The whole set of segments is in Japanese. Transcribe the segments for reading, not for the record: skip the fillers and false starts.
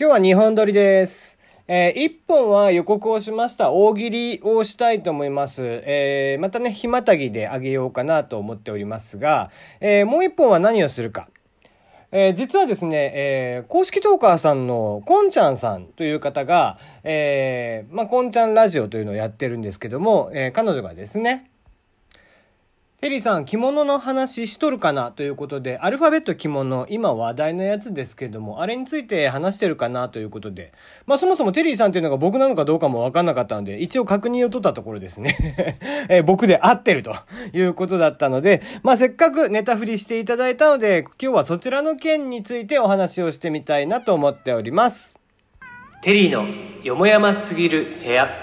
今日は2本撮りです。1本は予告をしました大喜利をしたいと思います。またね、ひまたぎであげようかなと思っておりますが、もう1本は何をするか。実はですね、公式トーカーさんのこんちゃんさんという方が、こんちゃんラジオというのをやってるんですけども、彼女がですね、テリーさん、着物の話しとるかなということで、アルファベット着物、今話題のやつですけども、あれについて話してるかなということで、そもそもテリーさんっていうのが僕なのかどうかも分かんなかったので、一応確認を取ったところですね、僕で合ってるということだったので、せっかくネタ振りしていただいたので、今日はそちらの件についてお話をしてみたいなと思っております。テリーのよもやますぎる部屋。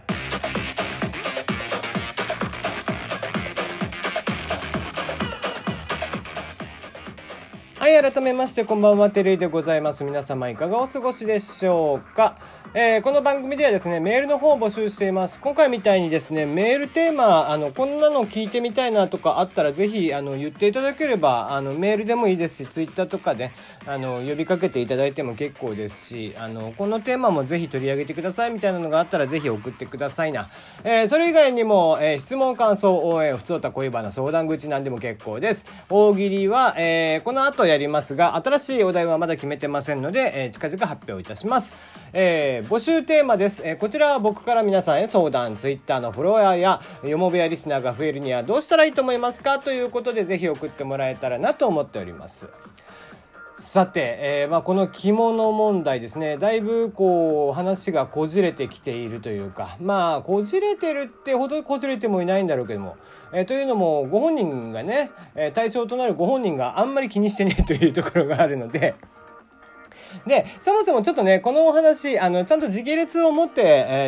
はい、改めましてこんばんは、テリーでございます。皆様いかがお過ごしでしょうか。この番組ではですね、メールの方を募集しています。今回みたいにですね、メールテーマ、こんなの聞いてみたいなとかあったら、ぜひ、言っていただければ、メールでもいいですし、ツイッターとかで、呼びかけていただいても結構ですし、このテーマもぜひ取り上げてくださいみたいなのがあったら、ぜひ送ってくださいな。それ以外にも、質問、感想、応援、ふつおた、恋バナ、相談口なんでも結構です。大喜利は、この後やりますが、新しいお題はまだ決めてませんので、近々発表いたします。募集テーマです。こちらは僕から皆さんへ相談、ツイッターのフォロワーやよも部屋リスナーが増えるにはどうしたらいいと思いますかということで、ぜひ送ってもらえたらなと思っております。さて、この着物問題ですね、だいぶ話がこじれてきているというか、こじれてるってほどこじれてもいないんだろうけども、というのもご本人がね、対象となるご本人があんまり気にしてねというところがあるので、そもそもちょっとね、このお話、ちゃんと時系列を持って、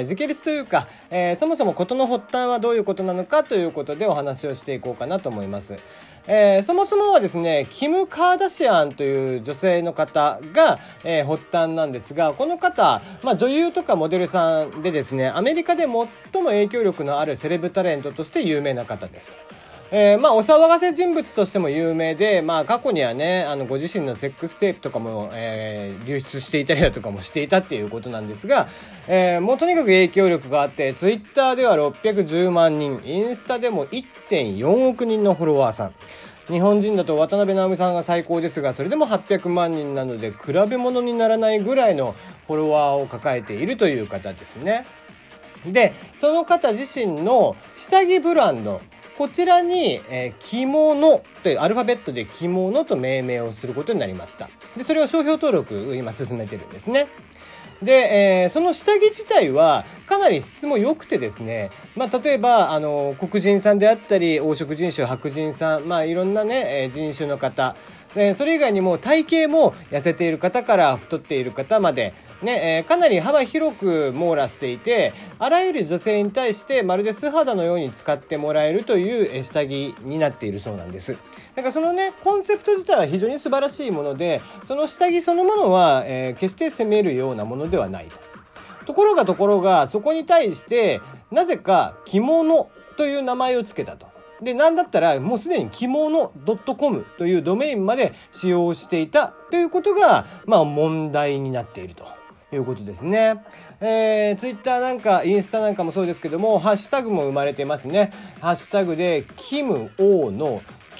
時系列というか、そもそも事の発端はどういうことなのかということでお話をしていこうかなと思います。そもそもはですね、キム・カーダシアンという女性の方が、発端なんですが、この方、女優とかモデルさんでですね、アメリカで最も影響力のあるセレブタレントとして有名な方ですと。お騒がせ人物としても有名で、過去にはね、ご自身のセックステープとかも、流出していたりだとかもしていたっていうことなんですが、もうとにかく影響力があって、ツイッターでは610万人、インスタでも 1.4 億人のフォロワーさん。日本人だと渡辺直美さんが最高ですが、それでも800万人なので、比べ物にならないぐらいのフォロワーを抱えているという方ですね。で、その方自身の下着ブランド、こちらに、着物というアルファベットで着物と命名をすることになりました。で、それを商標登録を今進めてるんですね。で、その下着自体はかなり質も良くてですね、例えば黒人さんであったり黄色人種白人さん、いろんなね、人種の方、それ以外にも体型も痩せている方から太っている方までね、かなり幅広く網羅していて、あらゆる女性に対してまるで素肌のように使ってもらえるという下着になっているそうなんです。だからそのね、コンセプト自体は非常に素晴らしいもので、その下着そのものは、決して責めるようなものではないと。ところがそこに対してなぜか着物という名前をつけたと。で、なんだったらもうすでに着物 .com というドメインまで使用していたということが、問題になっているということですね。ツイッターなんかインスタなんかもそうですけども、ハッシュタグも生まれてますね。ハッシュタグでキムオーの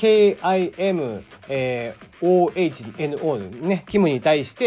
KIMOHNO ね、キムに対して、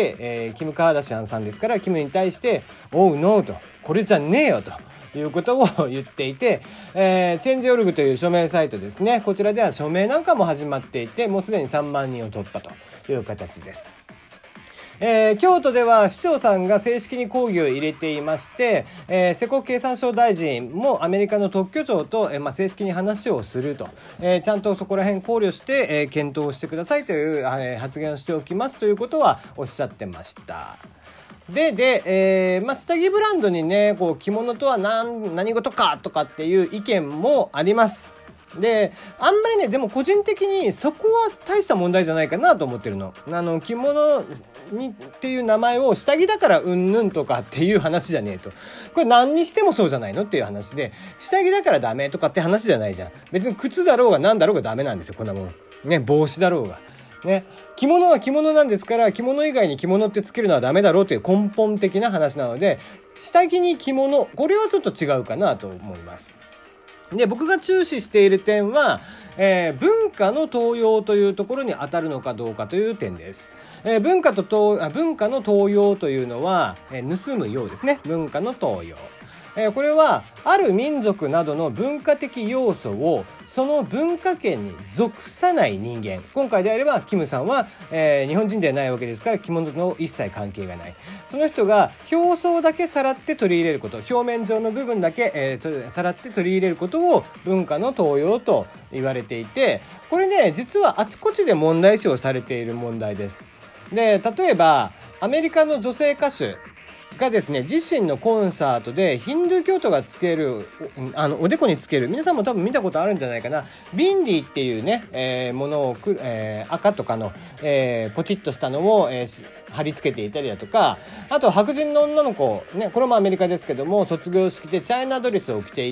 キム・カーダシアンさんですから、キムに対しておうノーと、これじゃねえよということを言っていて、チェンジオルグという署名サイトですね、こちらでは署名なんかも始まっていて、もうすでに3万人を突破という形です。京都では市長さんが正式に抗議を入れていまして、世耕経産省大臣もアメリカの特許庁と、正式に話をすると、ちゃんとそこら辺考慮して、検討してくださいという、発言をしておきますということはおっしゃってました。で、下着ブランドにね、着物とは何事かとかっていう意見もあります。で、あんまりね、でも個人的にそこは大した問題じゃないかなと思ってるの。着物にっていう名前を下着だからうんぬんとかっていう話じゃねえと。これ何にしてもそうじゃないのっていう話で、下着だからダメとかって話じゃないじゃん。別に靴だろうが何だろうがダメなんですよ、こんなもん。ね、帽子だろうが。 ね、着物は着物なんですから、着物以外に着物ってつけるのはダメだろうという根本的な話なので、下着に着物、これはちょっと違うかなと思います。で、僕が注視している点は、文化の盗用というところに当たるのかどうかという点です。文化の盗用というのは、盗むようですね。文化の盗用。これはある民族などの文化的要素をその文化圏に属さない人間、今回であればキムさんは、日本人ではないわけですから着物と一切関係がない、その人が表層だけさらって取り入れること、表面上の部分だけ、さらって取り入れることを文化の盗用と言われていて、これね実はあちこちで問題視をされている問題です。で、例えばアメリカの女性歌手がですね、自身のコンサートでヒンドゥー教徒がつけるおでこにつける、皆さんも多分見たことあるんじゃないかな、ビンディっていうね、ものを赤とかの、ポチッとしたのを、貼り付けていたりだとか、あと白人の女の子、ね、これもアメリカですけども卒業式でチャイナドレスを着ていって、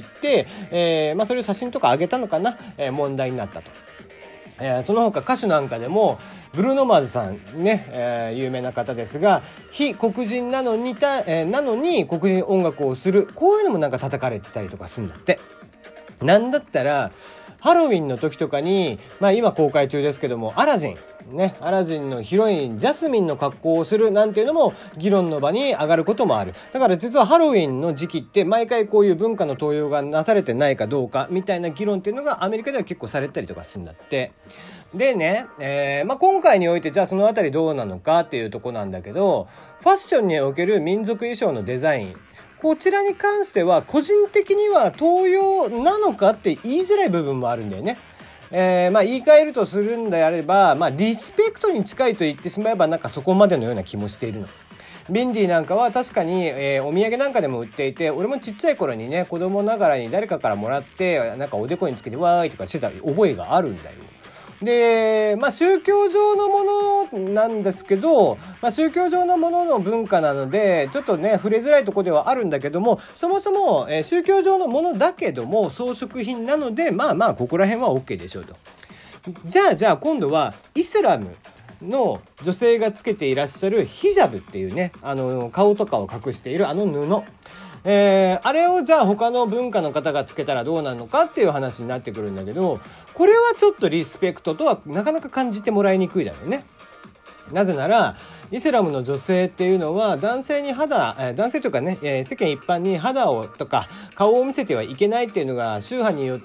それを写真とか上げたのかな、問題になったと。その他歌手なんかでもブルーノ・マーズさんね、有名な方ですが、非黒人なのに黒人音楽をする、こういうのもなんか叩かれてたりとかするんだって。なんだったらハロウィンの時とかに、今公開中ですけどもアラジンのヒロインジャスミンの格好をするなんていうのも議論の場に上がることもある。だから実はハロウィンの時期って毎回こういう文化の盗用がなされてないかどうかみたいな議論っていうのがアメリカでは結構されたりとかするんだって。でね、今回においてじゃあそのあたりどうなのかっていうとこなんだけど、ファッションにおける民族衣装のデザイン、こちらに関しては個人的には盗用なのかって言いづらい部分もあるんだよね。言い換えるとするんであれば、リスペクトに近いと言ってしまえばなんかそこまでのような気もしているの。ビンディなんかは確かに、お土産なんかでも売っていて、俺もちっちゃい頃にね子供ながらに誰かからもらってなんかおでこにつけてわーいとかしてた覚えがあるんだよ。で、宗教上のものなんですけど、宗教上のものの文化なのでちょっとね触れづらいところではあるんだけども、そもそも、宗教上のものだけども装飾品なのでここら辺は OK でしょうと。じゃあ今度はイスラムの女性がつけていらっしゃるヒジャブっていうね、顔とかを隠している布、あれをじゃあ他の文化の方がつけたらどうなるのかっていう話になってくるんだけど、これはちょっとリスペクトとはなかなか感じてもらいにくいだろうね。なぜならイスラムの女性っていうのは男性というかね、世間一般に肌をとか顔を見せてはいけないっていうのが宗派によって、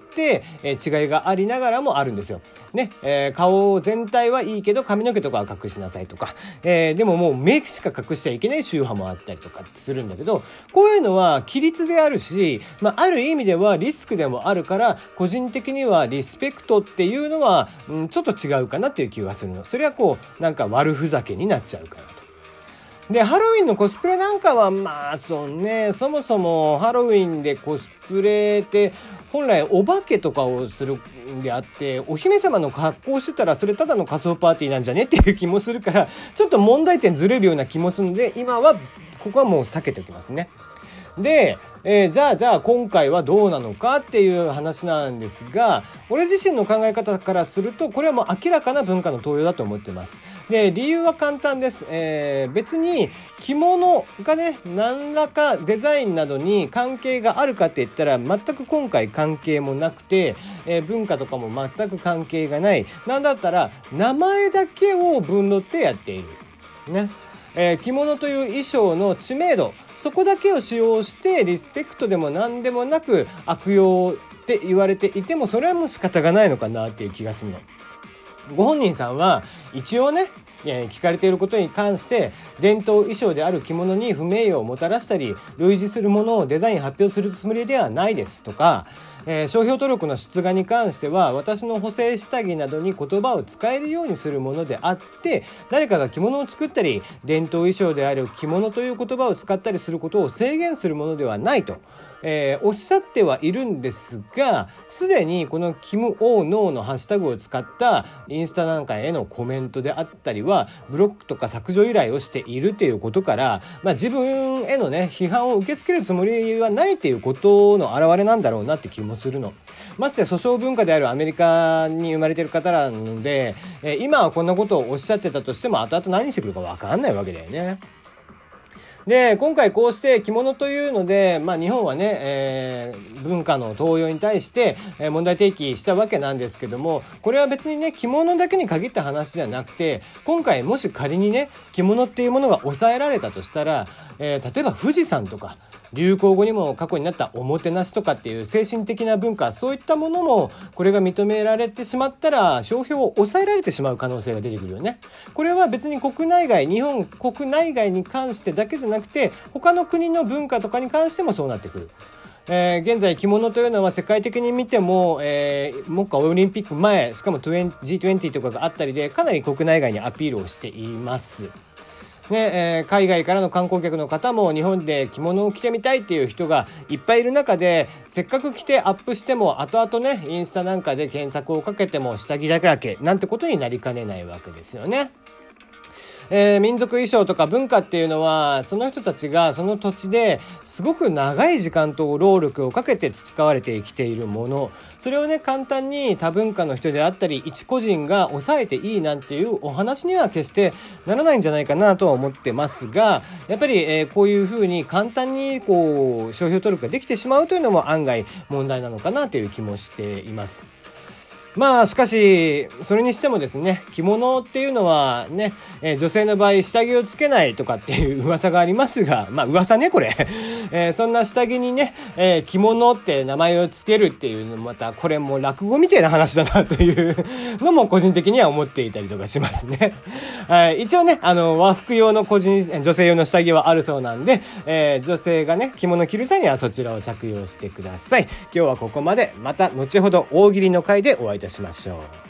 違いがありながらもあるんですよ。ね、顔全体はいいけど髪の毛とかは隠しなさいとか、でももう目しか隠しちゃいけない宗派もあったりとかするんだけど、こういうのは規律であるし、ある意味ではリスクでもあるから、個人的にはリスペクトっていうのは、ちょっと違うかなっていう気がするの。それはこうなんか悪ふざけになっちゃうかなと。でハロウィンのコスプレなんかはそもそもハロウィンでコスプレって本来お化けとかをするんであって、お姫様の格好をしてたらそれただの仮装パーティーなんじゃねっていう気もするから、ちょっと問題点ずれるような気もするので、今はここはもう避けておきますね。で、じゃあ今回はどうなのかっていう話なんですが、俺自身の考え方からするとこれはもう明らかな文化の盗用だと思ってます。で理由は簡単です。別に着物がね何らかデザインなどに関係があるかって言ったら全く今回関係もなくて、文化とかも全く関係がない。なんだったら名前だけを分取ってやっているね。着物という衣装の知名度、そこだけを使用してリスペクトでも何でもなく悪用って言われていても、それはもう仕方がないのかなっていう気がするの。ご本人さんは一応ね聞かれていることに関して伝統衣装である着物に不名誉をもたらしたり類似するものをデザイン発表するつもりではないですとか、商標登録の出願に関しては私の補正下着などに言葉を使えるようにするものであって、誰かが着物を作ったり伝統衣装である着物という言葉を使ったりすることを制限するものではないと、おっしゃってはいるんですが、すでにこのキム・オー・ノーのハッシュタグを使ったインスタなんかへのコメントであったりはブロックとか削除依頼をしているということから、自分へのね批判を受け付けるつもりはないということの表れなんだろうなって気もするの。まして訴訟文化であるアメリカに生まれてる方なので、今はこんなことをおっしゃってたとしても後々何してくるか分かんないわけだよね。で、今回こうして着物というので、日本はね、文化の登用に対して、問題提起したわけなんですけども、これは別にね、着物だけに限った話じゃなくて、今回もし仮にね、着物っていうものが抑えられたとしたら、例えば富士山とか、流行語にも過去になったおもてなしとかっていう精神的な文化、そういったものもこれが認められてしまったら商標を抑えられてしまう可能性が出てくるよね。これは別に国内外、日本国内外に関してだけじゃなくて他の国の文化とかに関してもそうなってくる。現在着物というのは世界的に見ても、目下オリンピック前、しかも G20 とかがあったりでかなり国内外にアピールをしていますね。海外からの観光客の方も日本で着物を着てみたいっていう人がいっぱいいる中で、せっかく着てアップしても後々ね、インスタなんかで検索をかけても下着だらけなんてことになりかねないわけですよね。民族衣装とか文化っていうのはその人たちがその土地ですごく長い時間と労力をかけて培われてきているもの、それをね簡単に多文化の人であったり一個人が抑えていいなんていうお話には決してならないんじゃないかなとは思ってますが、やっぱり、こういうふうに簡単にこう商標登録ができてしまうというのも案外問題なのかなという気もしています。しかしそれにしてもですね、着物っていうのはね、女性の場合下着をつけないとかっていう噂がありますが、噂ねこれ、そんな下着にね、着物って名前をつけるっていうのもまたこれも落語みたいな話だなというのも個人的には思っていたりとかしますね。一応ね和服用の女性用の下着はあるそうなんで、女性がね着物着る際にはそちらを着用してください。今日はここまで。また後ほど大喜利の回でお会いいたしましょう。